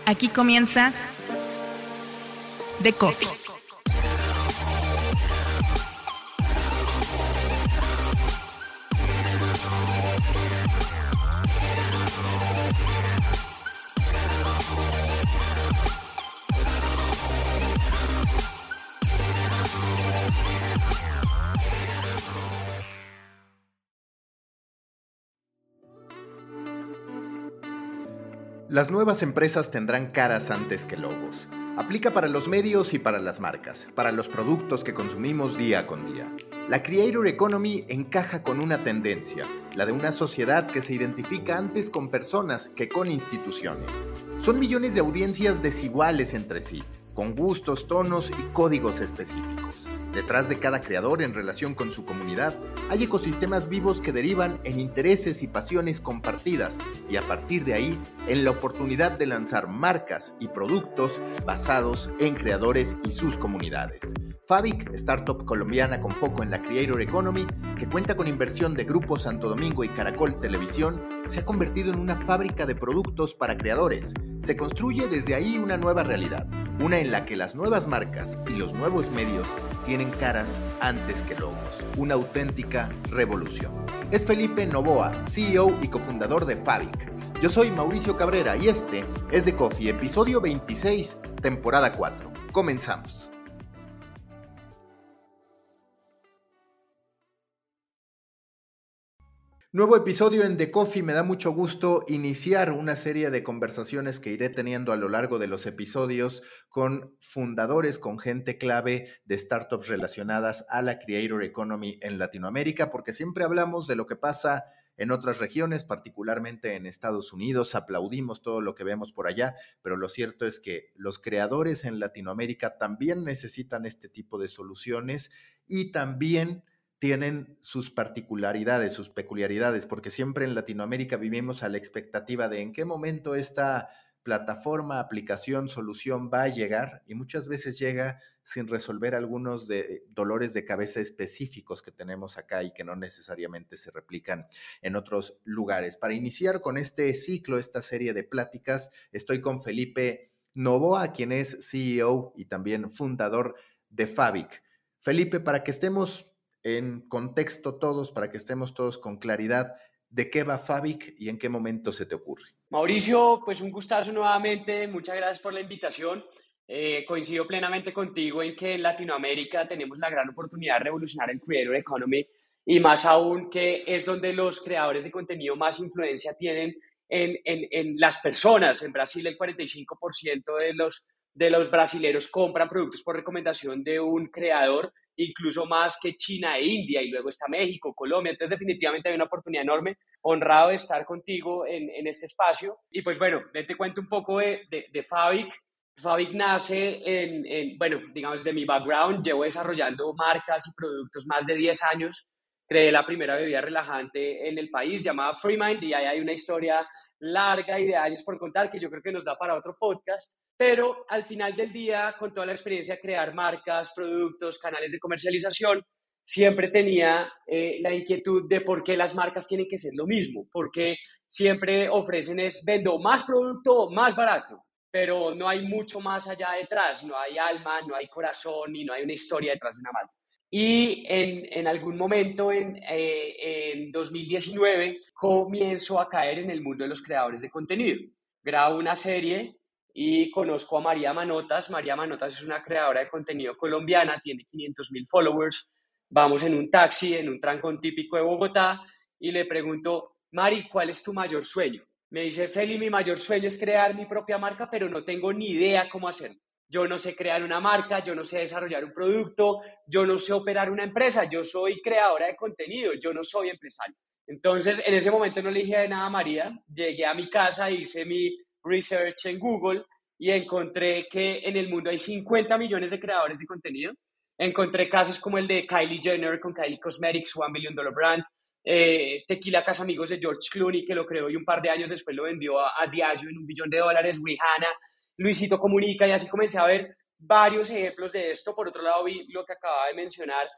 Aquí comienza The Coffee. Las nuevas empresas tendrán caras antes que logos. Aplica para los medios y para las marcas, para los productos que consumimos día con día. La Creator Economy encaja con una tendencia, la de una sociedad que se identifica antes con personas que con instituciones. Son millones de audiencias desiguales entre sí, con gustos, tonos y códigos específicos. Detrás de cada creador en relación con su comunidad, hay ecosistemas vivos que derivan en intereses y pasiones compartidas y a partir de ahí, en la oportunidad de lanzar marcas y productos basados en creadores y sus comunidades. Fabric, startup colombiana con foco en la Creator Economy, que cuenta con inversión de Grupo Santo Domingo y Caracol Televisión, se ha convertido en una fábrica de productos para creadores. Se construye desde ahí una nueva realidad, una en la que las nuevas marcas y los nuevos medios tienen caras antes que logos, una auténtica revolución. Es Felipe Novoa, CEO y cofundador de Fabric. Yo soy Mauricio Cabrera y este es The Coffee, episodio 26, temporada 4. Comenzamos. Nuevo episodio en The Coffee. Me da mucho gusto iniciar una serie de conversaciones que iré teniendo a lo largo de los episodios con fundadores, con gente clave de startups relacionadas a la Creator Economy en Latinoamérica, porque siempre hablamos de lo que pasa en otras regiones, particularmente en Estados Unidos. Aplaudimos todo lo que vemos por allá, pero lo cierto es que los creadores en Latinoamérica también necesitan este tipo de soluciones y también tienen sus particularidades, sus peculiaridades, porque siempre en Latinoamérica vivimos a la expectativa de en qué momento esta plataforma, aplicación, solución va a llegar y muchas veces llega sin resolver algunos dolores de cabeza específicos que tenemos acá y que no necesariamente se replican en otros lugares. Para iniciar con este ciclo, esta serie de pláticas, estoy con Felipe Novoa, quien es CEO y también fundador de Fabric. Felipe, para que estemos en contexto todos, para que estemos todos con claridad, ¿de qué va Fabric y en qué momento se te ocurre? Mauricio, pues un gustazo nuevamente, muchas gracias por la invitación. Coincido plenamente contigo en que en Latinoamérica tenemos la gran oportunidad de revolucionar el Creator Economy y más aún que es donde los creadores de contenido más influencia tienen en las personas. En Brasil el 45% de los brasileros compran productos por recomendación de un creador, incluso más que China e India, y luego está México, Colombia. Entonces definitivamente hay una oportunidad enorme. Honrado de estar contigo en este espacio. Y pues bueno, te cuento un poco de Fabric. Fabric nace bueno, digamos, de mi background. Llevo desarrollando marcas y productos más de 10 años. Creé la primera bebida relajante en el país llamada Freemind y ahí hay una historia larga y de años por contar que yo creo que nos da para otro podcast. Pero al final del día, con toda la experiencia de crear marcas, productos, canales de comercialización, siempre tenía la inquietud de por qué las marcas tienen que ser lo mismo, porque siempre ofrecen es vendo más producto más barato, pero no hay mucho más allá detrás, no hay alma, no hay corazón y no hay una historia detrás de una marca. Y en algún momento, en 2019, comienzo a caer en el mundo de los creadores de contenido. Grabo una serie y conozco a María Manotas. María Manotas es una creadora de contenido colombiana, tiene 500,000 followers. Vamos en un taxi, en un trancón típico de Bogotá, y le pregunto, Mari, ¿cuál es tu mayor sueño? Me dice, Feli, mi mayor sueño es crear mi propia marca, pero no tengo ni idea cómo hacerlo. Yo no sé crear una marca, yo no sé desarrollar un producto, yo no sé operar una empresa, yo soy creadora de contenido, yo no soy empresario. Entonces, en ese momento no le dije de nada a María, llegué a mi casa, hice mi research en Google y encontré que en el mundo hay 50 millones de creadores de contenido. Encontré casos como el de Kylie Jenner con Kylie Cosmetics, $1 billion brand, Tequila Casamigos de George Clooney, que lo creó y un par de años después lo vendió a Diageo en $1 billón, Rihanna, Luisito Comunica, y así comencé a ver varios ejemplos de esto. Por otro lado, vi lo que acababa de mencionar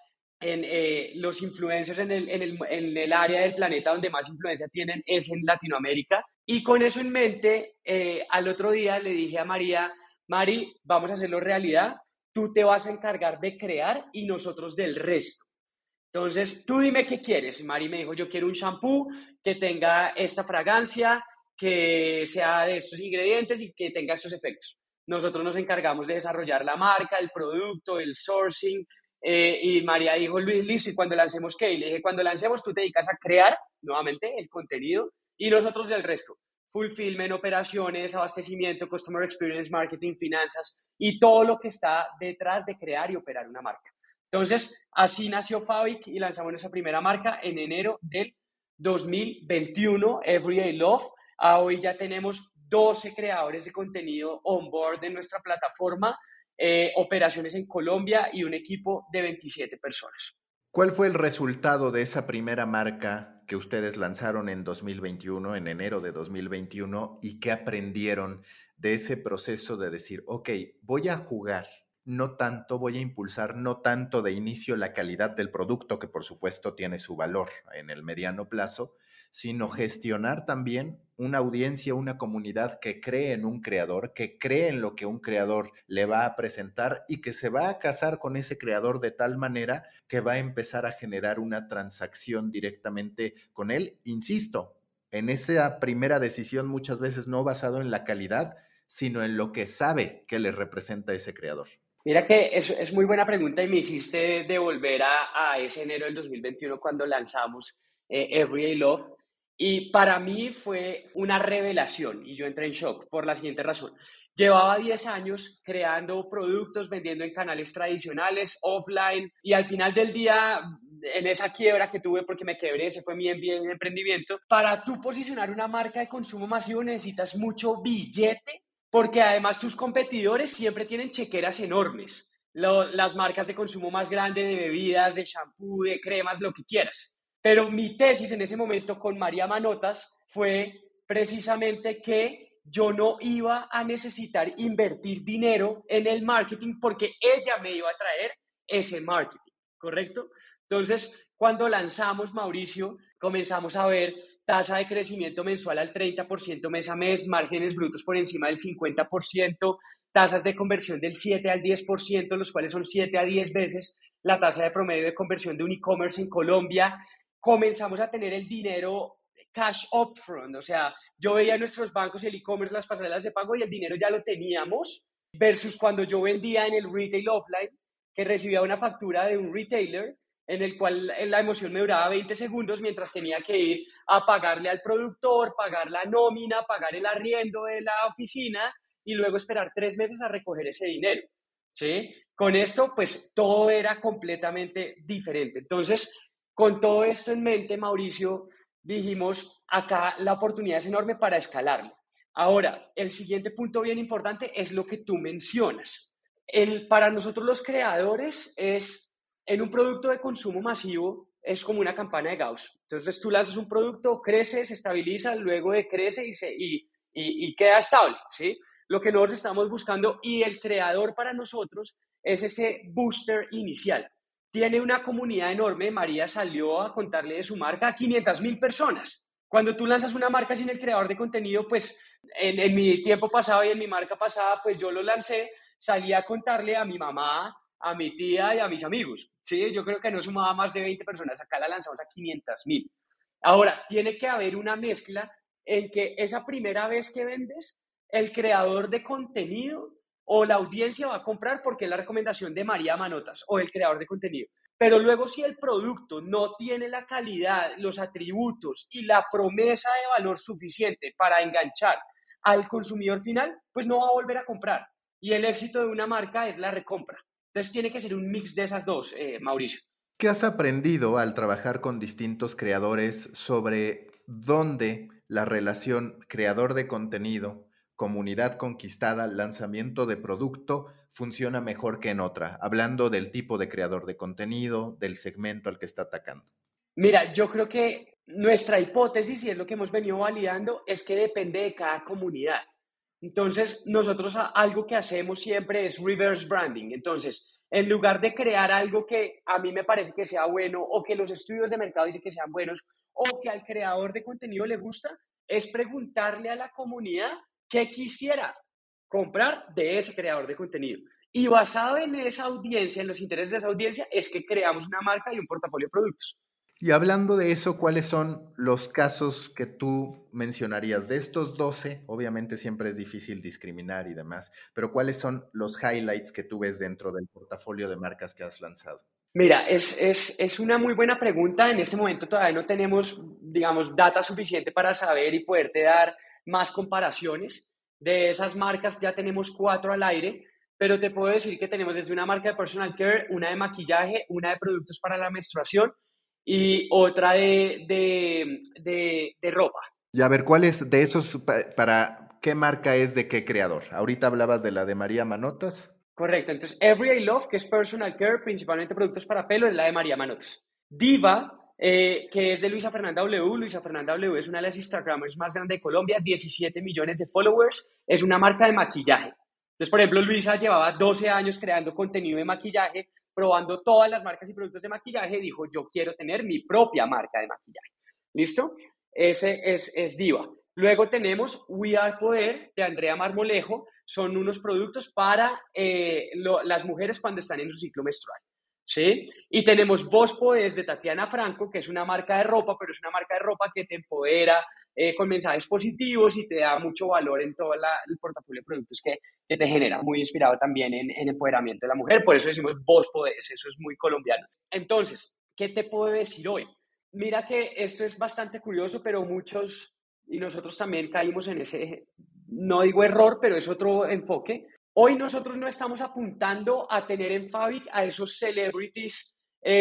en los influencers en el área del planeta donde más influencia tienen es en Latinoamérica, Y con eso en mente, al otro día le dije a María, Mari, vamos a hacerlo realidad, tú te vas a encargar de crear y nosotros del resto. Entonces, tú dime qué quieres. Mari me dijo, yo quiero un shampoo que tenga esta fragancia, que sea de estos ingredientes y que tenga estos efectos. Nosotros nos encargamos de desarrollar la marca, el producto, el sourcing. Y María dijo, Luis, listo, ¿y cuando lancemos qué? Y le dije, cuando lancemos tú te dedicas a crear nuevamente el contenido y nosotros del resto. Fulfillment, operaciones, abastecimiento, customer experience, marketing, finanzas y todo lo que está detrás de crear y operar una marca. Entonces, así nació Fabric y lanzamos nuestra primera marca en enero del 2021, Everyday Love. Hoy ya tenemos 12 creadores de contenido on board de nuestra plataforma, operaciones en Colombia y un equipo de 27 personas. ¿Cuál fue el resultado de esa primera marca que ustedes lanzaron en 2021, en enero de 2021, y qué aprendieron de ese proceso de decir, ok, voy a jugar, no tanto, voy a impulsar no tanto de inicio la calidad del producto, que por supuesto tiene su valor en el mediano plazo, sino gestionar también una audiencia, una comunidad que cree en un creador, que cree en lo que un creador le va a presentar y que se va a casar con ese creador de tal manera que va a empezar a generar una transacción directamente con él. Insisto, en esa primera decisión muchas veces no basado en la calidad, sino en lo que sabe que le representa ese creador. Mira que es muy buena pregunta y me hiciste devolver a ese enero del 2021 cuando lanzamos Everyday Love. Y para mí fue una revelación y yo entré en shock por la siguiente razón. Llevaba 10 años creando productos, vendiendo en canales tradicionales, offline, y al final del día, en esa quiebra que tuve porque me quebré, ese fue mi MBA en emprendimiento, para tú posicionar una marca de consumo masivo necesitas mucho billete porque además tus competidores siempre tienen chequeras enormes. Las marcas de consumo más grandes de bebidas, de shampoo, de cremas, lo que quieras. Pero mi tesis en ese momento con María Manotas fue precisamente que yo no iba a necesitar invertir dinero en el marketing porque ella me iba a traer ese marketing, ¿correcto? Entonces, cuando lanzamos, Mauricio, comenzamos a ver tasa de crecimiento mensual al 30% mes a mes, márgenes brutos por encima del 50%, tasas de conversión del 7 al 10%, los cuales son 7 a 10 veces la tasa de promedio de conversión de un e-commerce en Colombia. Comenzamos a tener el dinero cash upfront, o sea, yo veía en nuestros bancos el e-commerce, las pasarelas de pago y el dinero ya lo teníamos, versus cuando yo vendía en el retail offline, que recibía una factura de un retailer en el cual la emoción me duraba 20 segundos mientras tenía que ir a pagarle al productor, pagar la nómina, pagar el arriendo de la oficina y luego esperar 3 meses a recoger ese dinero, ¿sí? Con esto, pues, todo era completamente diferente. Entonces, con todo esto en mente, Mauricio, dijimos, acá la oportunidad es enorme para escalarlo. Ahora, el siguiente punto bien importante es lo que tú mencionas. Para nosotros los creadores en un producto de consumo masivo es como una campana de Gauss. Entonces tú lanzas un producto, crece, se estabiliza, luego decrece y queda estable, ¿sí? Lo que nosotros estamos buscando y el creador para nosotros es ese booster inicial. Tiene una comunidad enorme. María salió a contarle de su marca a 500,000 personas. Cuando tú lanzas una marca sin el creador de contenido, pues en mi tiempo pasado y en mi marca pasada, pues yo lo lancé, salí a contarle a mi mamá, a mi tía y a mis amigos. ¿Sí? Yo creo que no sumaba más de 20 personas. Acá la lanzamos a 500,000. Ahora, tiene que haber una mezcla en que esa primera vez que vendes, el creador de contenido o la audiencia va a comprar porque es la recomendación de María Manotas o el creador de contenido. Pero luego si el producto no tiene la calidad, los atributos y la promesa de valor suficiente para enganchar al consumidor final, pues no va a volver a comprar. Y el éxito de una marca es la recompra. Entonces tiene que ser un mix de esas dos, Mauricio. ¿Qué has aprendido al trabajar con distintos creadores sobre dónde la relación creador de contenido, comunidad conquistada, lanzamiento de producto funciona mejor que en otra? Hablando del tipo de creador de contenido, del segmento al que está atacando. Mira, yo creo que nuestra hipótesis, y es lo que hemos venido validando, es que depende de cada comunidad. Entonces, nosotros algo que hacemos siempre es reverse branding. Entonces, en lugar de crear algo que a mí me parece que sea bueno o que los estudios de mercado dicen que sean buenos o que al creador de contenido le gusta, es preguntarle a la comunidad qué quisiera comprar de ese creador de contenido. Y basado en esa audiencia, en los intereses de esa audiencia, es que creamos una marca y un portafolio de productos. Y hablando de eso, ¿cuáles son los casos que tú mencionarías? De estos 12, obviamente siempre es difícil discriminar y demás, pero ¿cuáles son los highlights que tú ves dentro del portafolio de marcas que has lanzado? Mira, es una muy buena pregunta. En este momento todavía no tenemos, digamos, data suficiente para saber y poderte dar más comparaciones. De esas marcas ya tenemos 4 al aire, pero te puedo decir que tenemos desde una marca de personal care, una de maquillaje, una de productos para la menstruación y otra de ropa. Y a ver, ¿cuál es de esos, para qué marca es de qué creador? Ahorita hablabas de la de María Manotas. Correcto. Entonces, Everyday Love, que es personal care, principalmente productos para pelo, es la de María Manotas. Diva, que es de Luisa Fernanda W. Luisa Fernanda W es una de las Instagramers más grandes de Colombia, 17 millones de followers, es una marca de maquillaje. Entonces, por ejemplo, Luisa llevaba 12 años creando contenido de maquillaje, probando todas las marcas y productos de maquillaje, dijo, yo quiero tener mi propia marca de maquillaje. ¿Listo? Ese es Diva. Luego tenemos We Are Poder, de Andrea Marmolejo, son unos productos para las mujeres cuando están en su ciclo menstrual. ¿Sí? Y tenemos Vos Podés de Tatiana Franco, que es una marca de ropa, pero es una marca de ropa que te empodera con mensajes positivos y te da mucho valor en todo el portafolio de productos que te genera, muy inspirado también en empoderamiento de la mujer, por eso decimos Vos Podés, eso es muy colombiano. Entonces, ¿qué te puedo decir hoy? Mira que esto es bastante curioso, pero muchos, y nosotros también caímos en ese, no digo error, pero es otro enfoque. Hoy nosotros no estamos apuntando a tener en Fabric a esos celebrities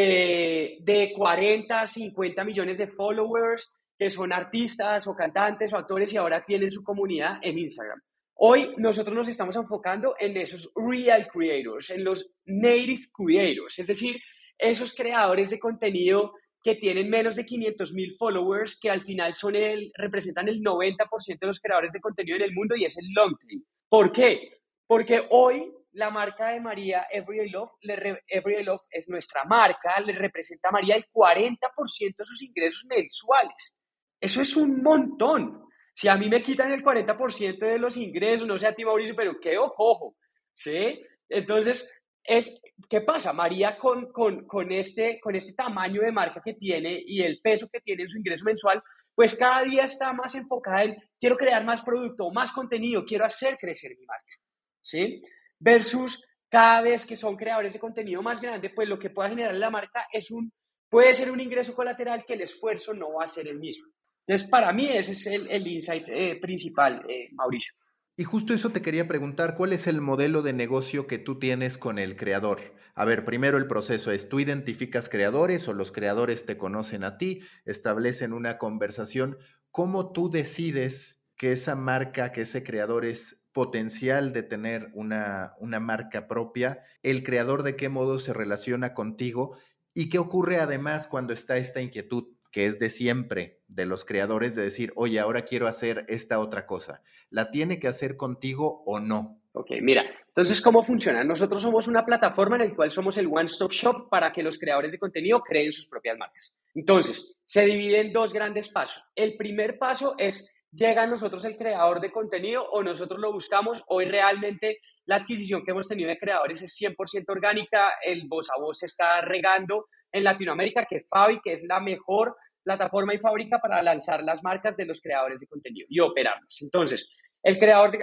de 40, 50 millones de followers, que son artistas o cantantes o actores y ahora tienen su comunidad en Instagram. Hoy nosotros nos estamos enfocando en esos real creators, en los native creators, es decir, esos creadores de contenido que tienen menos de 500,000 followers, que al final representan el 90% de los creadores de contenido en el mundo y es el long tail. ¿Por qué? Porque hoy la marca de María, Everyday Love, Everyday Love es nuestra marca, le representa a María el 40% de sus ingresos mensuales. Eso es un montón. Si a mí me quitan el 40% de los ingresos, no sé a ti, Mauricio, pero quedo cojo, ¿sí? Entonces, ¿qué pasa? María con este tamaño de marca que tiene y el peso que tiene en su ingreso mensual, pues cada día está más enfocada en quiero crear más producto, más contenido, quiero hacer crecer mi marca, ¿sí? Versus cada vez que son creadores de contenido más grande, pues lo que pueda generar la marca puede ser un ingreso colateral que el esfuerzo no va a ser el mismo. Entonces, para mí ese es el insight principal, Mauricio. Y justo eso te quería preguntar, ¿cuál es el modelo de negocio que tú tienes con el creador? A ver, primero el proceso es, ¿tú identificas creadores o los creadores te conocen a ti, establecen una conversación? ¿Cómo tú decides que esa marca, que ese creador es potencial de tener una marca propia? ¿El creador de qué modo se relaciona contigo? ¿Y qué ocurre además cuando está esta inquietud, que es de siempre, de los creadores, de decir, oye, ahora quiero hacer esta otra cosa? ¿La tiene que hacer contigo o no? Ok, mira, entonces, ¿cómo funciona? Nosotros somos una plataforma en la cual somos el one-stop shop para que los creadores de contenido creen sus propias marcas. Entonces, se divide en 2 grandes pasos. El primer paso es, ¿llega a nosotros el creador de contenido o nosotros lo buscamos? Hoy realmente la adquisición que hemos tenido de creadores es 100% orgánica, el voz a voz se está regando en Latinoamérica, que Fabi, que es la mejor plataforma y fábrica para lanzar las marcas de los creadores de contenido y operarlas. Entonces, el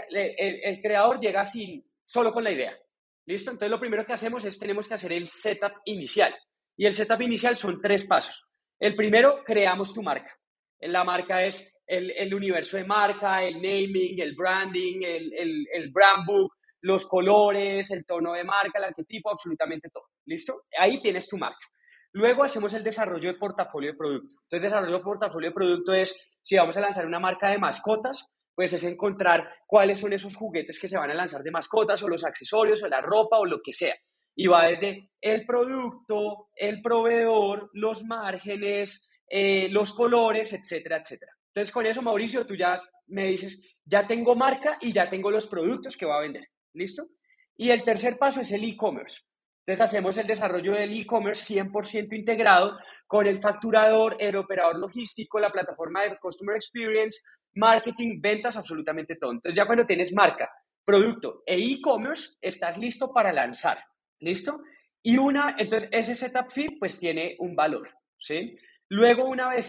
creador llega solo con la idea. ¿Listo? Entonces, lo primero que hacemos es tenemos que hacer el setup inicial. Y el setup inicial son 3 pasos. El primero, creamos tu marca. La marca es el universo de marca, el naming, el branding, el brand book, los colores, el tono de marca, el arquetipo, absolutamente todo. ¿Listo? Ahí tienes tu marca. Luego hacemos el desarrollo de portafolio de producto. Entonces, desarrollo de portafolio de producto es, si vamos a lanzar una marca de mascotas, pues es encontrar cuáles son esos juguetes que se van a lanzar de mascotas o los accesorios o la ropa o lo que sea. Y va desde el producto, el proveedor, los márgenes, los colores, etcétera, etcétera. Entonces, con eso, Mauricio, tú ya me dices, ya tengo marca y ya tengo los productos que va a vender. ¿Listo? Y el tercer paso es el e-commerce. Entonces, hacemos el desarrollo del e-commerce 100% integrado con el facturador, el operador logístico, la plataforma de Customer Experience, marketing, ventas, absolutamente todo. Entonces ya cuando tienes marca, producto e e-commerce, estás listo para lanzar. ¿Listo? Entonces ese setup fee pues tiene un valor, ¿sí? Luego una vez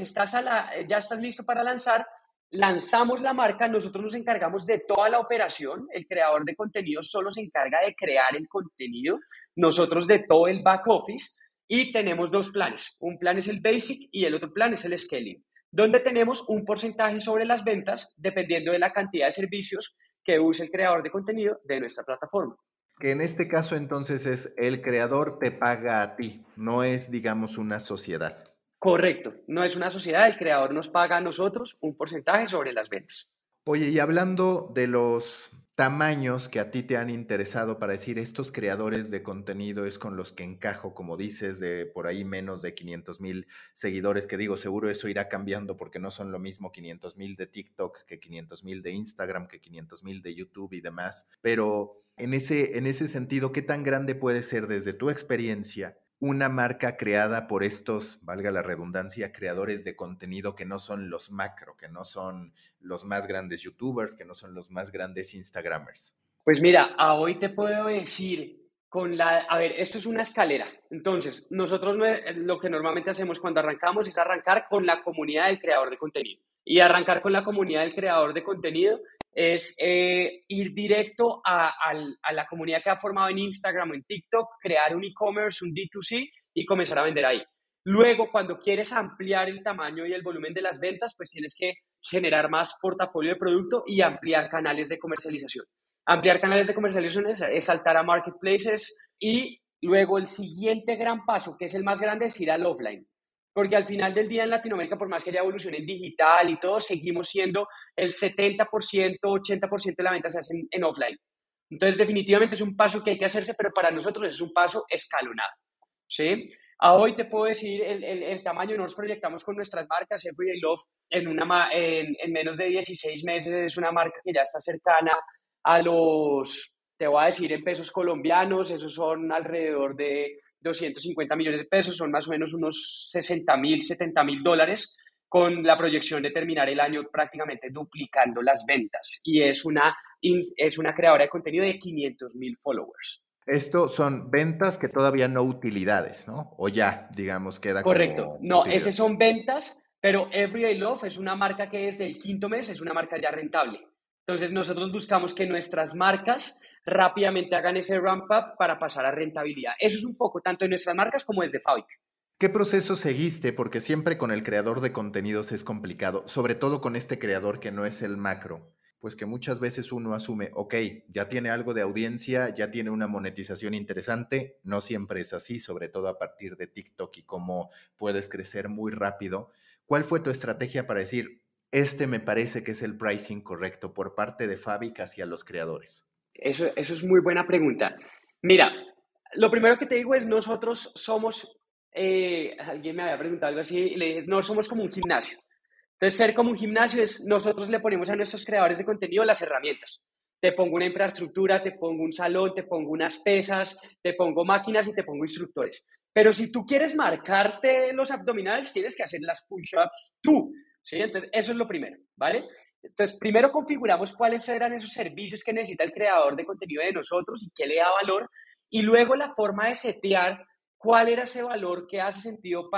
ya estás listo para lanzar, lanzamos la marca, nosotros nos encargamos de toda la operación, el creador de contenido solo se encarga de crear el contenido, nosotros de todo el back office, y tenemos dos planes, un plan es el basic y el otro plan es el scaling, donde tenemos un porcentaje sobre las ventas dependiendo de la cantidad de servicios que use el creador de contenido de nuestra plataforma. Que en este caso entonces es el creador te paga a ti, no es, digamos, una sociedad. Correcto, no es una sociedad, el creador nos paga a nosotros un porcentaje sobre las ventas. Oye, y hablando de los tamaños que a ti te han interesado para decir estos creadores de contenido es con los que encajo, como dices, de por ahí menos de 500,000 seguidores, que digo, seguro eso irá cambiando porque no son lo mismo 500,000 de TikTok que 500,000 de Instagram, que 500,000 de YouTube y demás. Pero en ese sentido, ¿qué tan grande puede ser desde tu experiencia una marca creada por estos, valga la redundancia, creadores de contenido que no son los macro, que no son los más grandes YouTubers, que no son los más grandes Instagramers? Pues mira, a hoy te puedo decir a ver, esto es una escalera. Entonces, nosotros lo que normalmente hacemos cuando arrancamos es arrancar con la comunidad del creador de contenido. Y arrancar con la comunidad del creador de contenido es ir directo a la comunidad que ha formado en Instagram o en TikTok, crear un e-commerce, un D2C y comenzar a vender ahí. Luego, cuando quieres ampliar el tamaño y el volumen de las ventas, pues tienes que generar más portafolio de producto y ampliar canales de comercialización. Ampliar canales de comercialización es saltar a marketplaces y luego el siguiente gran paso, que es el más grande, es ir al offline. Porque al final del día en Latinoamérica, por más que haya evolución en digital y todo, seguimos siendo el 70%, 80% de la venta se hace en offline. Entonces, definitivamente es un paso que hay que hacerse, pero para nosotros es un paso escalonado, ¿sí? A hoy te puedo decir el tamaño, nos proyectamos con nuestras marcas, Everyday Love, en menos de 16 meses es una marca que ya está cercana te voy a decir en pesos colombianos, esos son alrededor de 250 millones de pesos, son más o menos unos 60,000, 70,000 dólares, con la proyección de terminar el año prácticamente duplicando las ventas. Y es una creadora de contenido de 500,000 followers. Esto son ventas que todavía no utilidades, ¿no? O ya, digamos, queda correcto. Como no, utilidad. Esas son ventas, pero Everyday Love es una marca que desde el quinto mes es una marca ya rentable. Entonces nosotros buscamos que nuestras marcas rápidamente hagan ese ramp up para pasar a rentabilidad. Eso es un foco tanto en nuestras marcas como desde Fabric. ¿Qué proceso seguiste? Porque siempre con el creador de contenidos es complicado, sobre todo con este creador que no es el macro, pues que muchas veces uno asume, ok, ya tiene algo de audiencia, ya tiene una monetización interesante, no siempre es así, sobre todo a partir de TikTok y cómo puedes crecer muy rápido. ¿Cuál fue tu estrategia para decir, este me parece que es el pricing correcto por parte de Fabric hacia los creadores? Eso es muy buena pregunta. Mira, lo primero que te digo es nosotros somos, alguien me había preguntado algo así, y le dije, no somos como un gimnasio. Entonces, ser como un gimnasio es, nosotros le ponemos a nuestros creadores de contenido las herramientas. Te pongo una infraestructura, te pongo un salón, te pongo unas pesas, te pongo máquinas y te pongo instructores. Pero si tú quieres marcarte los abdominales, tienes que hacer las push-ups tú, ¿sí? Entonces, eso es lo primero, ¿vale? Entonces, primero configuramos cuáles eran esos servicios que necesita el creador de contenido de nosotros y qué le da valor. Y luego la forma de setear cuál era ese valor que hace sentido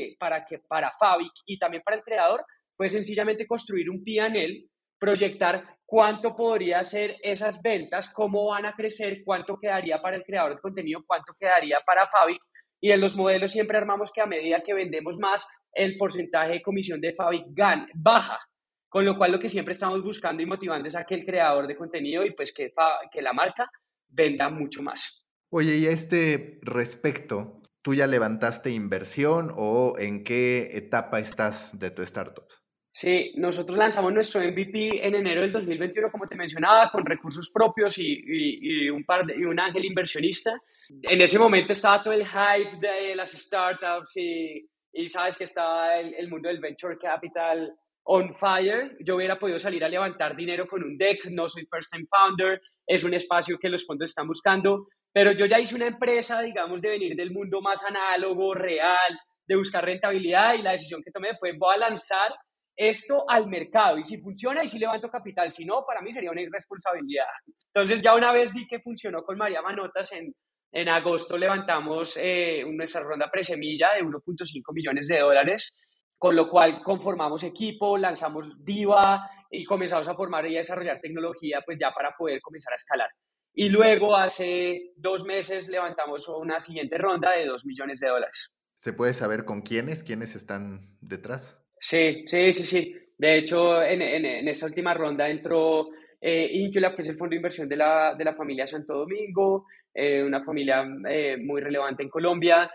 para Fabric y también para el creador, pues sencillamente construir un P&L, proyectar cuánto podría ser esas ventas, cómo van a crecer, cuánto quedaría para el creador de contenido, cuánto quedaría para Fabric. Y en los modelos siempre armamos que a medida que vendemos más, el porcentaje de comisión de Fabric baja. Con lo cual lo que siempre estamos buscando y motivando es a que el creador de contenido y pues que la marca venda mucho más. Oye, y a este respecto, ¿tú ya levantaste inversión o en qué etapa estás de tu startup? Sí, nosotros lanzamos nuestro MVP en enero del 2021, como te mencionaba, con recursos propios y un ángel inversionista. En ese momento estaba todo el hype de las startups y sabes que estaba el mundo del venture capital on fire. Yo hubiera podido salir a levantar dinero con un deck, no soy first time founder, es un espacio que los fondos están buscando, pero yo ya hice una empresa, digamos, de venir del mundo más análogo, real, de buscar rentabilidad y la decisión que tomé fue voy a lanzar esto al mercado y si funciona y si levanto capital, si no, para mí sería una irresponsabilidad. Entonces ya una vez vi que funcionó con María Manotas, en agosto levantamos nuestra ronda presemilla de 1.5 millones de dólares, con lo cual conformamos equipo, lanzamos Diva y comenzamos a formar y a desarrollar tecnología pues ya para poder comenzar a escalar. Y luego hace 2 meses levantamos una siguiente ronda de 2 millones de dólares. ¿Se puede saber con quiénes están detrás? Sí, sí, sí, sí. De hecho, en esta última ronda entró Incula, que es el fondo de inversión de la familia Santo Domingo, una familia muy relevante en Colombia.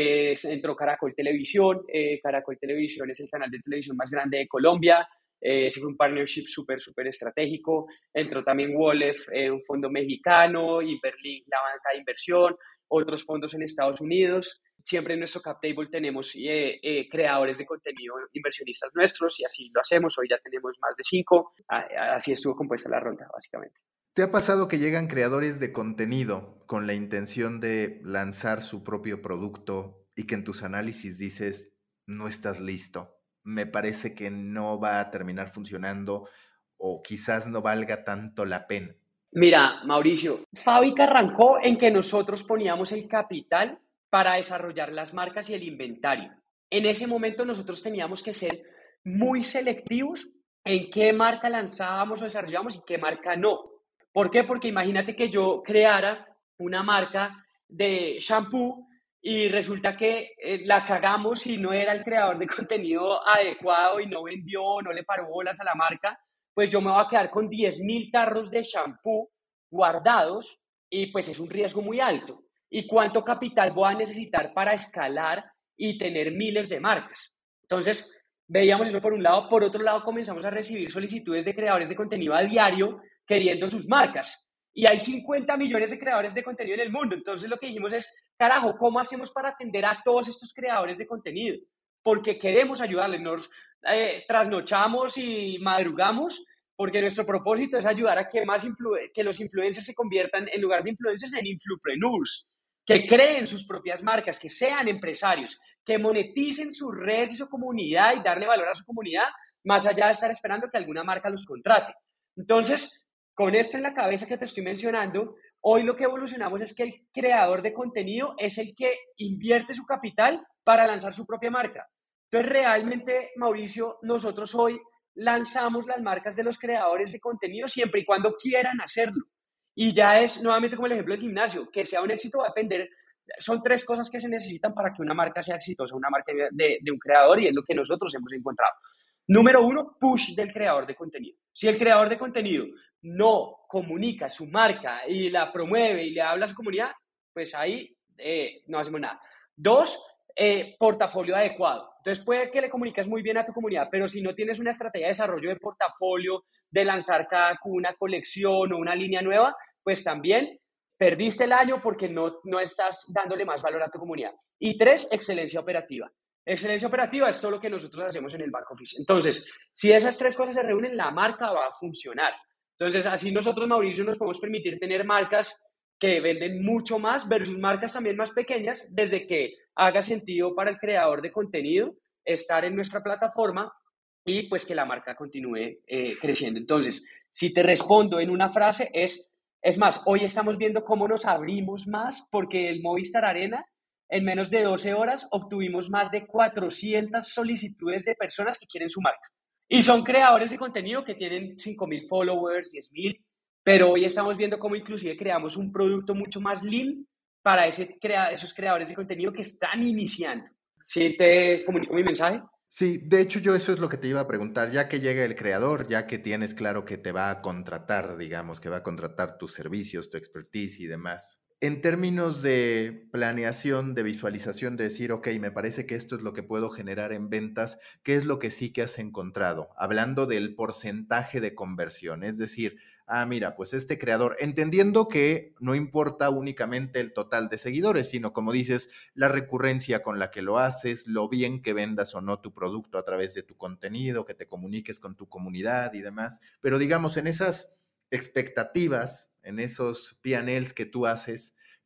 Entró Caracol Televisión. Caracol Televisión es el canal de televisión más grande de Colombia. Ese fue un partnership súper, súper estratégico. Entró también Wolef, un fondo mexicano, Hyperlink, la banca de inversión, otros fondos en Estados Unidos. Siempre en nuestro cap table tenemos creadores de contenido, inversionistas nuestros, y así lo hacemos. Hoy ya tenemos más de 5. Así estuvo compuesta la ronda, básicamente. ¿Te ha pasado que llegan creadores de contenido con la intención de lanzar su propio producto y que en tus análisis dices, no estás listo, me parece que no va a terminar funcionando o quizás no valga tanto la pena? Mira, Mauricio, Fábrica arrancó en que nosotros poníamos el capital para desarrollar las marcas y el inventario. En ese momento nosotros teníamos que ser muy selectivos en qué marca lanzábamos o desarrollábamos y qué marca no. ¿Por qué? Porque imagínate que yo creara una marca de shampoo y resulta que la cagamos y no era el creador de contenido adecuado y no vendió, no le paró bolas a la marca, pues yo me voy a quedar con 10.000 tarros de shampoo guardados y pues es un riesgo muy alto. ¿Y cuánto capital voy a necesitar para escalar y tener miles de marcas? Entonces, veíamos eso por un lado. Por otro lado, comenzamos a recibir solicitudes de creadores de contenido a diario queriendo sus marcas. Y hay 50 millones de creadores de contenido en el mundo. Entonces, lo que dijimos es, carajo, ¿cómo hacemos para atender a todos estos creadores de contenido? Porque queremos ayudarles. Nos trasnochamos y madrugamos porque nuestro propósito es ayudar a que los influencers se conviertan, en lugar de influencers, en influpreneurs, que creen sus propias marcas, que sean empresarios, que moneticen sus redes y su comunidad y darle valor a su comunidad, más allá de estar esperando que alguna marca los contrate. Entonces, con esto en la cabeza que te estoy mencionando, hoy lo que evolucionamos es que el creador de contenido es el que invierte su capital para lanzar su propia marca. Entonces, realmente, Mauricio, nosotros hoy lanzamos las marcas de los creadores de contenido siempre y cuando quieran hacerlo. Y ya es nuevamente como el ejemplo del gimnasio, que sea un éxito va a depender. Son 3 cosas que se necesitan para que una marca sea exitosa, una marca de un creador, y es lo que nosotros hemos encontrado. Número 1, push del creador de contenido. Si el creador de contenido no comunica su marca y la promueve y le habla a su comunidad, pues ahí no hacemos nada. 2, portafolio adecuado. Entonces puede que le comuniques muy bien a tu comunidad, pero si no tienes una estrategia de desarrollo de portafolio, de lanzar cada una colección o una línea nueva, pues también perdiste el año porque no estás dándole más valor a tu comunidad. Y 3, excelencia operativa. Excelencia operativa es todo lo que nosotros hacemos en el back office. Entonces, si esas 3 cosas se reúnen, la marca va a funcionar. Entonces, así nosotros, Mauricio, nos podemos permitir tener marcas que venden mucho más versus marcas también más pequeñas, desde que haga sentido para el creador de contenido estar en nuestra plataforma y pues que la marca continúe creciendo. Entonces, si te respondo en una frase es más, hoy estamos viendo cómo nos abrimos más porque el Movistar Arena en menos de 12 horas obtuvimos más de 400 solicitudes de personas que quieren su marca. Y son creadores de contenido que tienen 5.000 followers, 10.000, pero hoy estamos viendo cómo inclusive creamos un producto mucho más lean para esos creadores de contenido que están iniciando. ¿Sí te comunico mi mensaje? Sí, de hecho yo eso es lo que te iba a preguntar, ya que llega el creador, ya que tienes claro que te va a contratar, digamos, que va a contratar tus servicios, tu expertise y demás. En términos de planeación, de visualización, de decir, ok, me parece que esto es lo que puedo generar en ventas, ¿qué es lo que sí que has encontrado? Hablando del porcentaje de conversión, es decir, mira, pues este creador, entendiendo que no importa únicamente el total de seguidores, sino como dices, la recurrencia con la que lo haces, lo bien que vendas o no tu producto a través de tu contenido, que te comuniques con tu comunidad y demás. Pero digamos, en esas expectativas, en esos P&Ls que tú haces,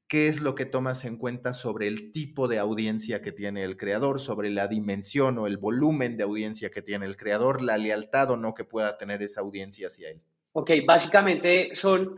¿qué es lo que tomas en cuenta sobre el tipo de audiencia que tiene el creador, sobre la dimensión o el volumen de audiencia que tiene el creador, la lealtad o no que pueda tener esa audiencia hacia él? Ok, básicamente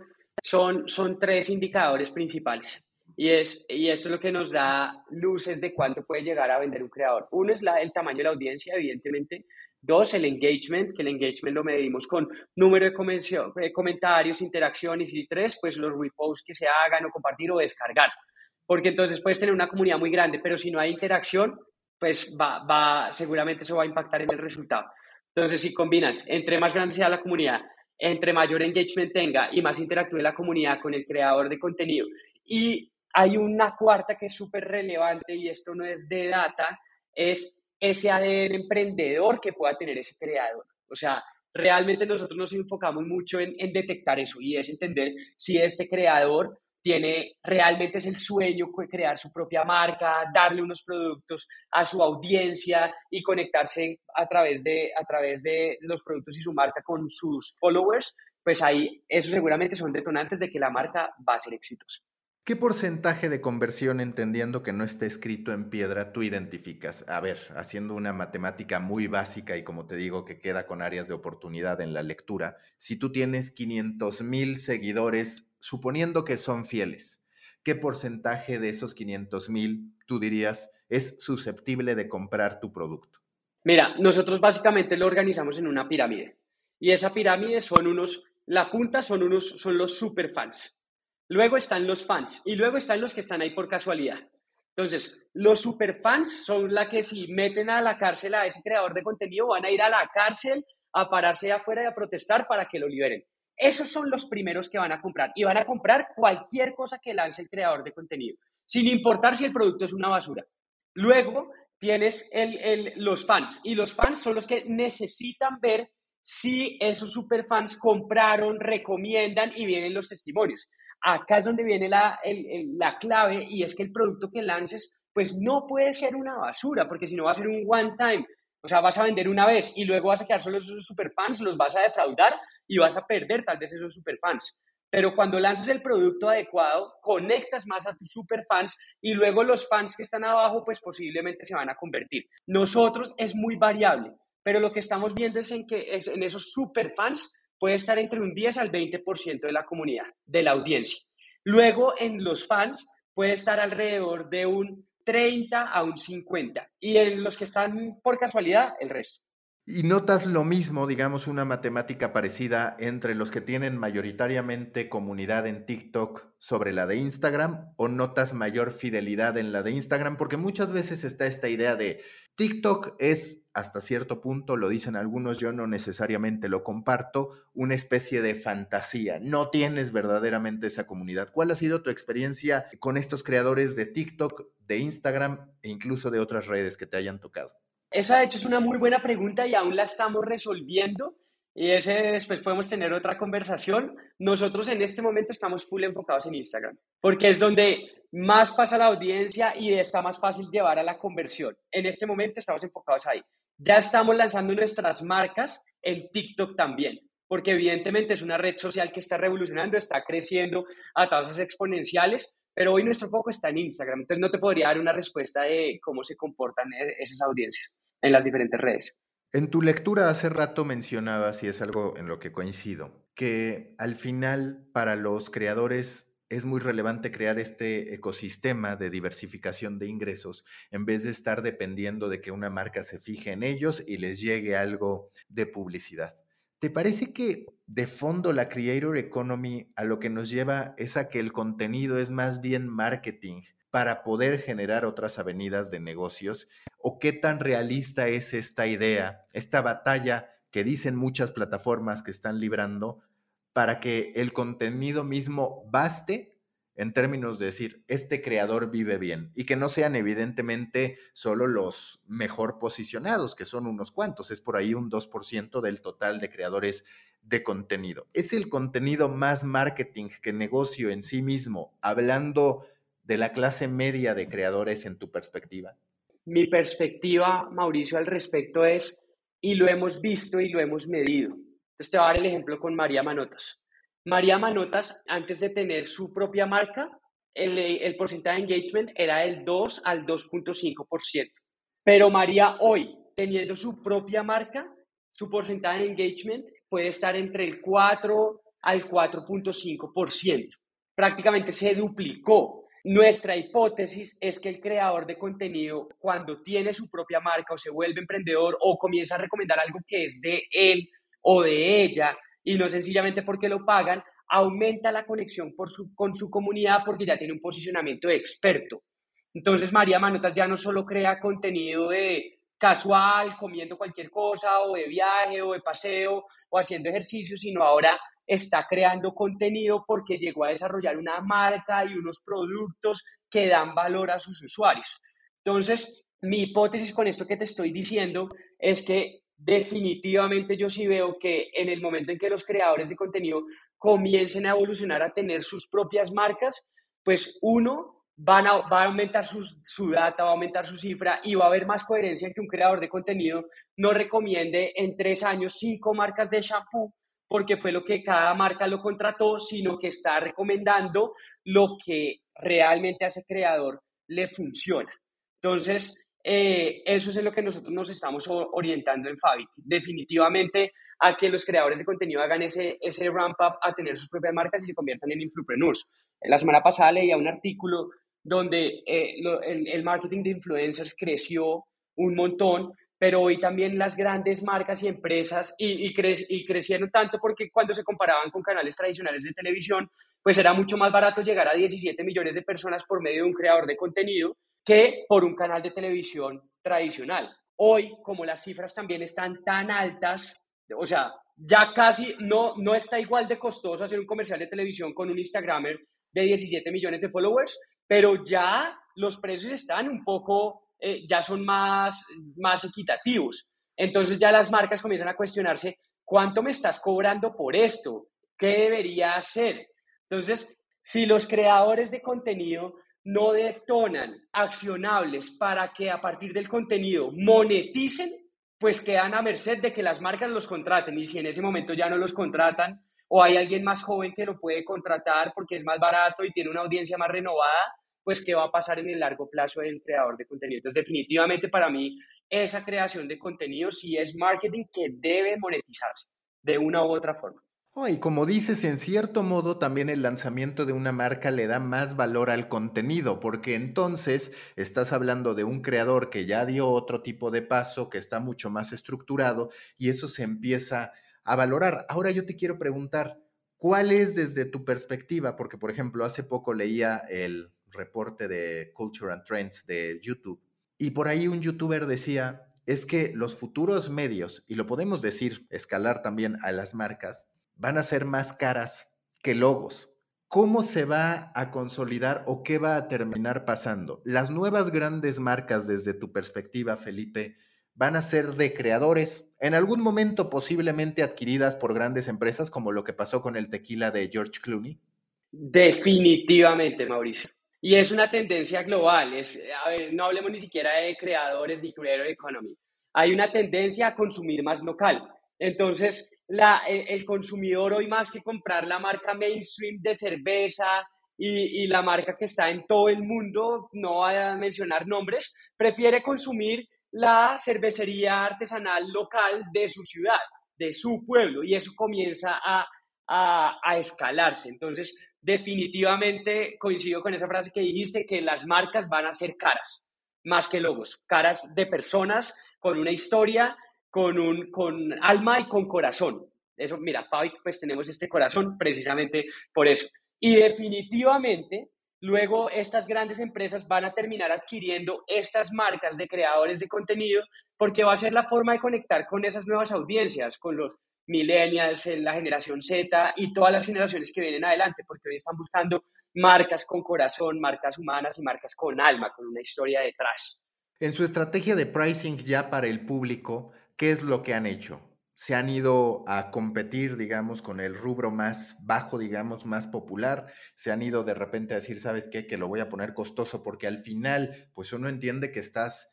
son tres indicadores principales y esto es lo que nos da luces de cuánto puede llegar a vender un creador. Uno es el tamaño de la audiencia, evidentemente. Dos, el engagement, que el engagement lo medimos con número de comentarios, interacciones. Y tres, pues los reposts que se hagan o compartir o descargar. Porque entonces puedes tener una comunidad muy grande, pero si no hay interacción, pues seguramente eso va a impactar en el resultado. Entonces, si combinas, entre más grande sea la comunidad, entre mayor engagement tenga y más interactúe la comunidad con el creador de contenido. Y hay una cuarta que es súper relevante y esto no es de data, es ese ADN emprendedor que pueda tener ese creador. O sea, realmente nosotros nos enfocamos mucho en detectar eso y es entender si este creador tiene, realmente es el sueño de crear su propia marca, darle unos productos a su audiencia y conectarse a través de los productos y su marca con sus followers, pues ahí eso seguramente son detonantes de que la marca va a ser exitosa. ¿Qué porcentaje de conversión, entendiendo que no está escrito en piedra, tú identificas? A ver, haciendo una matemática muy básica y como te digo, que queda con áreas de oportunidad en la lectura, si tú tienes 500,000 seguidores, suponiendo que son fieles, ¿qué porcentaje de esos 500,000 tú dirías es susceptible de comprar tu producto? Mira, nosotros básicamente lo organizamos en una pirámide y esa pirámide la punta son los superfans. Luego están los fans y luego están los que están ahí por casualidad. Entonces, los superfans son la que si meten a la cárcel a ese creador de contenido van a ir a la cárcel a pararse afuera y a protestar para que lo liberen. Esos son los primeros que van a comprar y van a comprar cualquier cosa que lance el creador de contenido, sin importar si el producto es una basura. Luego tienes los fans y los fans son los que necesitan ver si esos superfans compraron, recomiendan y vienen los testimonios. Acá es donde viene la clave y es que el producto que lances pues no puede ser una basura porque si no va a ser un one time. O sea, vas a vender una vez y luego vas a quedar solo esos superfans, los vas a defraudar y vas a perder tal vez esos superfans. Pero cuando lanzas el producto adecuado, conectas más a tus superfans y luego los fans que están abajo, pues posiblemente se van a convertir. Nosotros es muy variable, pero lo que estamos viendo es en esos superfans puede estar entre un 10 al 20% de la comunidad, de la audiencia. Luego en los fans puede estar alrededor de un 30 a un 50 y en los que están por casualidad, el resto. ¿Y notas lo mismo, digamos, una matemática parecida entre los que tienen mayoritariamente comunidad en TikTok sobre la de Instagram o notas mayor fidelidad en la de Instagram? Porque muchas veces está esta idea de TikTok es, hasta cierto punto, lo dicen algunos, yo no necesariamente lo comparto, una especie de fantasía. No tienes verdaderamente esa comunidad. ¿Cuál ha sido tu experiencia con estos creadores de TikTok, de Instagram e incluso de otras redes que te hayan tocado? Esa, de hecho, es una muy buena pregunta y aún la estamos resolviendo. Y ese después podemos tener otra conversación. Nosotros en este momento estamos full enfocados en Instagram, porque es donde más pasa la audiencia y está más fácil llevar a la conversión. En este momento estamos enfocados ahí. Ya estamos lanzando nuestras marcas en TikTok también, porque evidentemente es una red social que está revolucionando, está creciendo a tasas exponenciales, pero hoy nuestro foco está en Instagram. Entonces no te podría dar una respuesta de cómo se comportan esas audiencias en las diferentes redes. En tu lectura hace rato mencionabas, y es algo en lo que coincido, que al final para los creadores es muy relevante crear este ecosistema de diversificación de ingresos en vez de estar dependiendo de que una marca se fije en ellos y les llegue algo de publicidad. ¿Te parece que de fondo la Creator Economy a lo que nos lleva es a que el contenido es más bien marketing para poder generar otras avenidas de negocios? ¿O qué tan realista es esta idea, esta batalla que dicen muchas plataformas que están librando para que el contenido mismo baste en términos de decir, este creador vive bien y que no sean evidentemente solo los mejor posicionados, que son unos cuantos, es por ahí un 2% del total de creadores de contenido? ¿Es el contenido más marketing que negocio en sí mismo, hablando de la clase media de creadores en tu perspectiva? Mi perspectiva, Mauricio, al respecto es, y lo hemos visto y lo hemos medido. Entonces te voy a dar el ejemplo con María Manotas. María Manotas, antes de tener su propia marca, el porcentaje de engagement era del 2 al 2,5%. Pero María hoy, teniendo su propia marca, su porcentaje de engagement puede estar entre el 4 al 4,5%. Prácticamente se duplicó. Nuestra hipótesis es que el creador de contenido, cuando tiene su propia marca o se vuelve emprendedor o comienza a recomendar algo que es de él o de ella, y no sencillamente porque lo pagan, aumenta la conexión con su comunidad porque ya tiene un posicionamiento de experto. Entonces, María Manotas ya no solo crea contenido de casual, comiendo cualquier cosa, o de viaje, o de paseo, o haciendo ejercicio, sino ahora está creando contenido porque llegó a desarrollar una marca y unos productos que dan valor a sus usuarios. Entonces, mi hipótesis con esto que te estoy diciendo es que definitivamente yo sí veo que en el momento en que los creadores de contenido comiencen a evolucionar a tener sus propias marcas, pues uno, va a aumentar su data, va a aumentar su cifra y va a haber más coherencia en que un creador de contenido no recomiende en 3 años 5 marcas de shampoo porque fue lo que cada marca lo contrató, sino que está recomendando lo que realmente a ese creador le funciona. Entonces, eso es en lo que nosotros nos estamos orientando en Fabi. Definitivamente a que los creadores de contenido hagan ese ramp up a tener sus propias marcas y se conviertan en influencers. La semana pasada leía un artículo donde el marketing de influencers creció un montón, pero hoy también las grandes marcas y empresas y crecieron tanto porque cuando se comparaban con canales tradicionales de televisión, pues era mucho más barato llegar a 17 millones de personas por medio de un creador de contenido que por un canal de televisión tradicional. Hoy, como las cifras también están tan altas, o sea, ya casi no está igual de costoso hacer un comercial de televisión con un Instagramer de 17 millones de followers, pero ya los precios están un poco, ya son más equitativos. Entonces ya las marcas comienzan a cuestionarse, ¿cuánto me estás cobrando por esto? ¿Qué debería hacer? Entonces, si los creadores de contenido no detonan accionables para que a partir del contenido moneticen, pues quedan a merced de que las marcas los contraten y si en ese momento ya no los contratan o hay alguien más joven que lo puede contratar porque es más barato y tiene una audiencia más renovada, pues qué va a pasar en el largo plazo del creador de contenido. Entonces, definitivamente para mí, esa creación de contenido sí es marketing que debe monetizarse de una u otra forma. Oh, y como dices, en cierto modo también el lanzamiento de una marca le da más valor al contenido, porque entonces estás hablando de un creador que ya dio otro tipo de paso, que está mucho más estructurado y eso se empieza a valorar. Ahora yo te quiero preguntar, ¿cuál es desde tu perspectiva? Porque, por ejemplo, hace poco leía el reporte de Culture and Trends de YouTube y por ahí un youtuber decía, es que los futuros medios, y lo podemos decir, escalar también a las marcas, van a ser más caras que logos. ¿Cómo se va a consolidar o qué va a terminar pasando? Las nuevas grandes marcas, desde tu perspectiva, Felipe, van a ser de creadores, en algún momento posiblemente adquiridas por grandes empresas, como lo que pasó con el tequila de George Clooney. Definitivamente, Mauricio. Y es una tendencia global. A ver, no hablemos ni siquiera de creadores ni creator economy. Hay una tendencia a consumir más local. Entonces, el consumidor hoy más que comprar la marca mainstream de cerveza y la marca que está en todo el mundo, no voy a mencionar nombres, prefiere consumir la cervecería artesanal local de su ciudad, de su pueblo, y eso comienza a escalarse. Entonces, definitivamente coincido con esa frase que dijiste, que las marcas van a ser caras, más que logos, caras de personas con una historia, con alma y con corazón. Eso, mira, Fabi, pues tenemos este corazón precisamente por eso. Y definitivamente, luego estas grandes empresas van a terminar adquiriendo estas marcas de creadores de contenido porque va a ser la forma de conectar con esas nuevas audiencias, con los millennials, la generación Z y todas las generaciones que vienen adelante, porque hoy están buscando marcas con corazón, marcas humanas y marcas con alma, con una historia detrás. En su estrategia de pricing ya para el público, ¿qué es lo que han hecho? ¿Se han ido a competir, digamos, con el rubro más bajo, digamos, más popular? ¿Se han ido de repente a decir, ¿sabes qué? Que lo voy a poner costoso porque al final, pues uno entiende que estás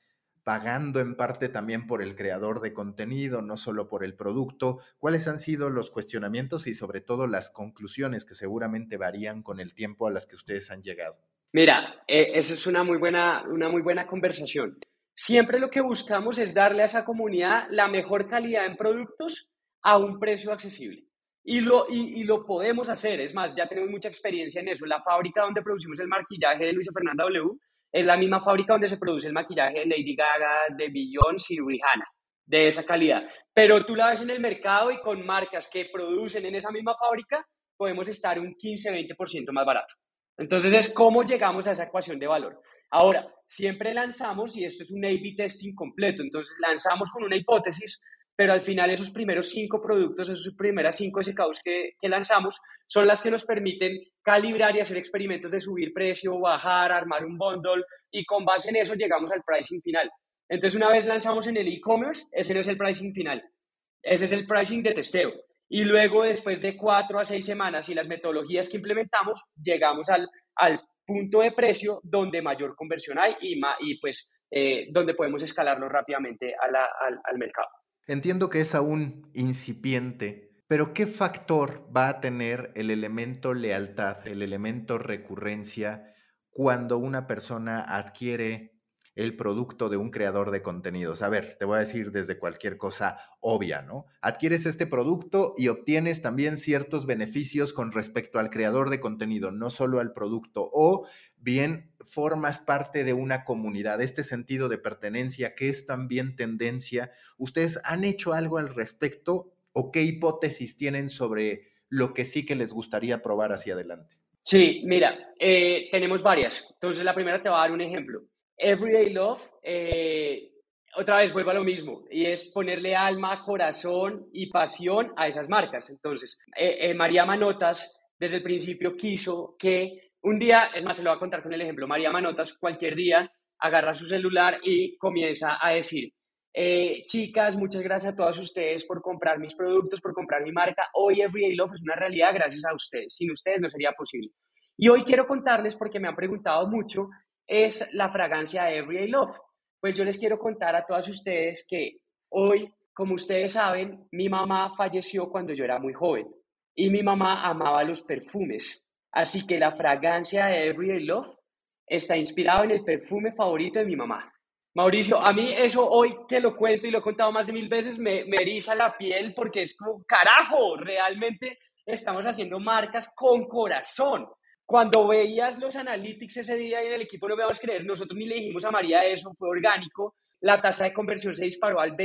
pagando en parte también por el creador de contenido, no solo por el producto. ¿Cuáles han sido los cuestionamientos y sobre todo las conclusiones que seguramente varían con el tiempo a las que ustedes han llegado? Mira, esa es una muy buena conversación. Siempre lo que buscamos es darle a esa comunidad la mejor calidad en productos a un precio accesible. Y lo podemos hacer, es más, ya tenemos mucha experiencia en eso. La fábrica donde producimos el maquillaje de Luisa Fernanda W es la misma fábrica donde se produce el maquillaje de Lady Gaga, de Beyoncé y Rihanna, de esa calidad. Pero tú la ves en el mercado y con marcas que producen en esa misma fábrica, podemos estar un 15-20% más barato. Entonces es cómo llegamos a esa ecuación de valor. Ahora, siempre lanzamos, y esto es un A/B testing completo, entonces lanzamos con una hipótesis, pero al final esos primeros 5 productos, esas primeras 5 SKUs que lanzamos, son las que nos permiten calibrar y hacer experimentos de subir precio, bajar, armar un bundle, y con base en eso llegamos al pricing final. Entonces, una vez lanzamos en el e-commerce, ese no es el pricing final, ese es el pricing de testeo. Y luego, después de 4 a 6 semanas y las metodologías que implementamos, llegamos al punto de precio donde mayor conversión hay y pues donde podemos escalarlo rápidamente al mercado. Entiendo que es aún incipiente, pero ¿qué factor va a tener el elemento lealtad, el elemento recurrencia, cuando una persona adquiere el producto de un creador de contenidos? A ver, te voy a decir desde cualquier cosa obvia, ¿no? Adquieres este producto y obtienes también ciertos beneficios con respecto al creador de contenido, no solo al producto, o bien formas parte de una comunidad, este sentido de pertenencia que es también tendencia. ¿Ustedes han hecho algo al respecto o qué hipótesis tienen sobre lo que sí que les gustaría probar hacia adelante? Sí, mira, tenemos varias. Entonces, la primera te va a dar un ejemplo. Everyday Love, otra vez vuelvo a lo mismo, y es ponerle alma, corazón y pasión a esas marcas. Entonces, María Manotas desde el principio quiso que un día, es más, te lo voy a contar con el ejemplo, María Manotas cualquier día agarra su celular y comienza a decir, chicas, muchas gracias a todas ustedes por comprar mis productos, por comprar mi marca. Hoy Everyday Love es una realidad gracias a ustedes. Sin ustedes no sería posible. Y hoy quiero contarles, porque me han preguntado mucho, es la fragancia Everyday Love. Pues yo les quiero contar a todas ustedes que hoy, como ustedes saben, mi mamá falleció cuando yo era muy joven y mi mamá amaba los perfumes. Así que la fragancia de Everyday Love está inspirada en el perfume favorito de mi mamá. Mauricio, a mí eso hoy que lo cuento y lo he contado más de 1000 veces me eriza la piel porque es como, carajo, realmente estamos haciendo marcas con corazón. Cuando veías los analytics ese día y en el equipo no me vamos a creer, nosotros ni le dijimos a María eso, fue orgánico, la tasa de conversión se disparó al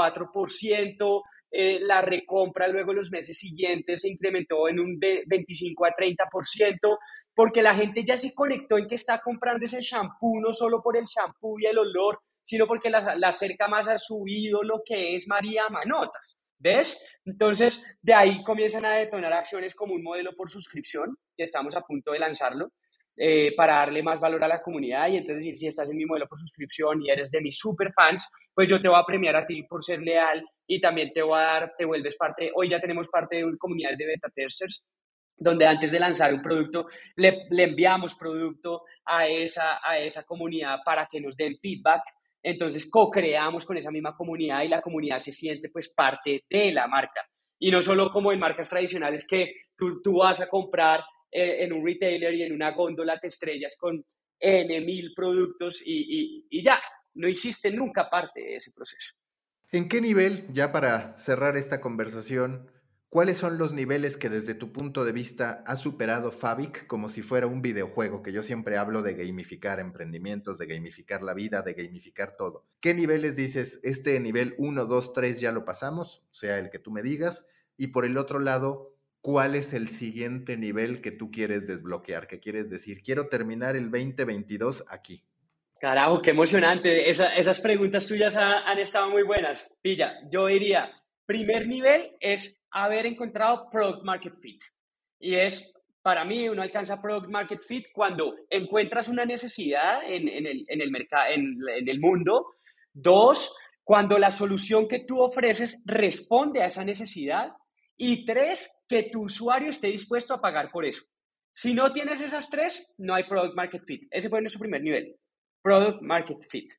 24%, la recompra luego los meses siguientes se incrementó en un 25 a 30%, porque la gente ya se conectó en que está comprando ese shampoo, no solo por el shampoo y el olor, sino porque la acerca más a su ídolo que es María Manotas. ¿Ves? Entonces, de ahí comienzan a detonar acciones como un modelo por suscripción, que estamos a punto de lanzarlo, para darle más valor a la comunidad. Y entonces decir, si estás en mi modelo por suscripción y eres de mis super fans, pues yo te voy a premiar a ti por ser leal y también te voy a dar, te vuelves parte, hoy ya tenemos parte de comunidades de beta testers, donde antes de lanzar un producto le enviamos producto a esa comunidad para que nos den feedback. Entonces co-creamos con esa misma comunidad y la comunidad se siente pues parte de la marca. Y no solo como en marcas tradicionales que tú vas a comprar en un retailer y en una góndola te estrellas con N mil productos y ya, no hiciste nunca parte de ese proceso. ¿En qué nivel, ya para cerrar esta conversación, cuáles son los niveles que desde tu punto de vista ha superado Fabric como si fuera un videojuego? Que yo siempre hablo de gamificar emprendimientos, de gamificar la vida, de gamificar todo. ¿Qué niveles dices, este nivel 1, 2, 3 ya lo pasamos, sea el que tú me digas? Y por el otro lado, ¿cuál es el siguiente nivel que tú quieres desbloquear? ¿Qué quieres decir? Quiero terminar el 2022 aquí. Carajo, qué emocionante. Esas preguntas tuyas han estado muy buenas. Pilla, yo diría, primer nivel es haber encontrado product market fit. Y es, para mí, uno alcanza product market fit cuando encuentras una necesidad en el mercado, en el mundo. Dos, cuando la solución que tú ofreces responde a esa necesidad. Y tres, que tu usuario esté dispuesto a pagar por eso. Si no tienes esas tres, no hay product market fit. Ese fue nuestro primer nivel. Product Market Fit.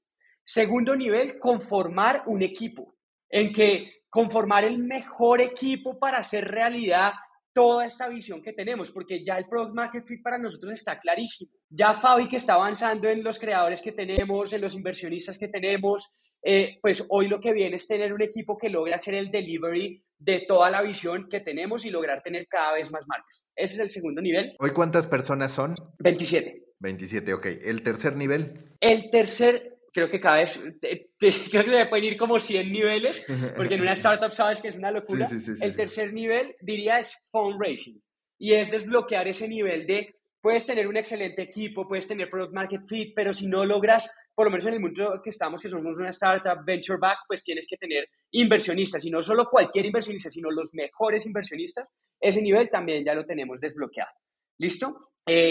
Segundo nivel, conformar un equipo, en que conformar el mejor equipo para hacer realidad toda esta visión que tenemos, porque ya el Product Market Fit para nosotros está clarísimo. Ya Fabi, que está avanzando en los creadores que tenemos, en los inversionistas que tenemos, pues hoy lo que viene es tener un equipo que logre hacer el delivery de toda la visión que tenemos y lograr tener cada vez más marcas. Ese es el segundo nivel. ¿Hoy cuántas personas son? 27. 27, ok. ¿El tercer nivel? El tercer, creo que cada vez, creo que le pueden ir como 100 niveles, porque en una startup sabes que es una locura. Sí, el tercer nivel, diría, es fundraising, y es desbloquear ese nivel de, puedes tener un excelente equipo, puedes tener product market fit, pero si no logras, por lo menos en el mundo que estamos, que somos una startup, venture back, pues tienes que tener inversionistas, y no solo cualquier inversionista, sino los mejores inversionistas. Ese nivel también ya lo tenemos desbloqueado. ¿Listo?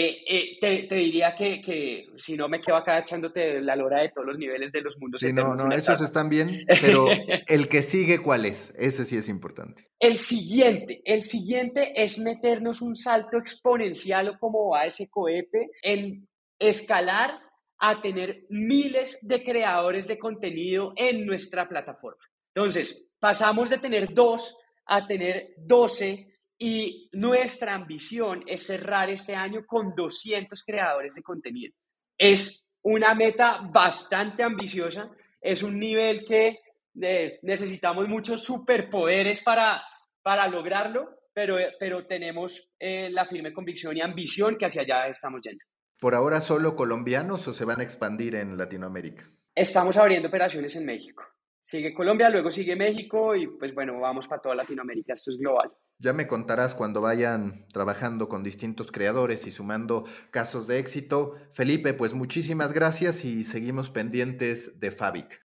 Te diría que si no me quedo acá echándote la lora de todos los niveles de los mundos Sí, eternos. no, esos están bien, pero el que sigue, ¿cuál es? Ese sí es importante. El siguiente es meternos un salto exponencial, o como va ese cohete, en escalar a tener miles de creadores de contenido en nuestra plataforma. Entonces, pasamos de tener 2 a tener 12, y nuestra ambición es cerrar este año con 200 creadores de contenido. Es una meta bastante ambiciosa, es un nivel que necesitamos muchos superpoderes para lograrlo, pero tenemos la firme convicción y ambición que hacia allá estamos yendo. ¿Por ahora solo colombianos o se van a expandir en Latinoamérica? Estamos abriendo operaciones en México. Sigue Colombia, luego sigue México y pues bueno, vamos para toda Latinoamérica. Esto es global. Ya me contarás cuando vayan trabajando con distintos creadores y sumando casos de éxito. Felipe, pues muchísimas gracias y seguimos pendientes de Fabic.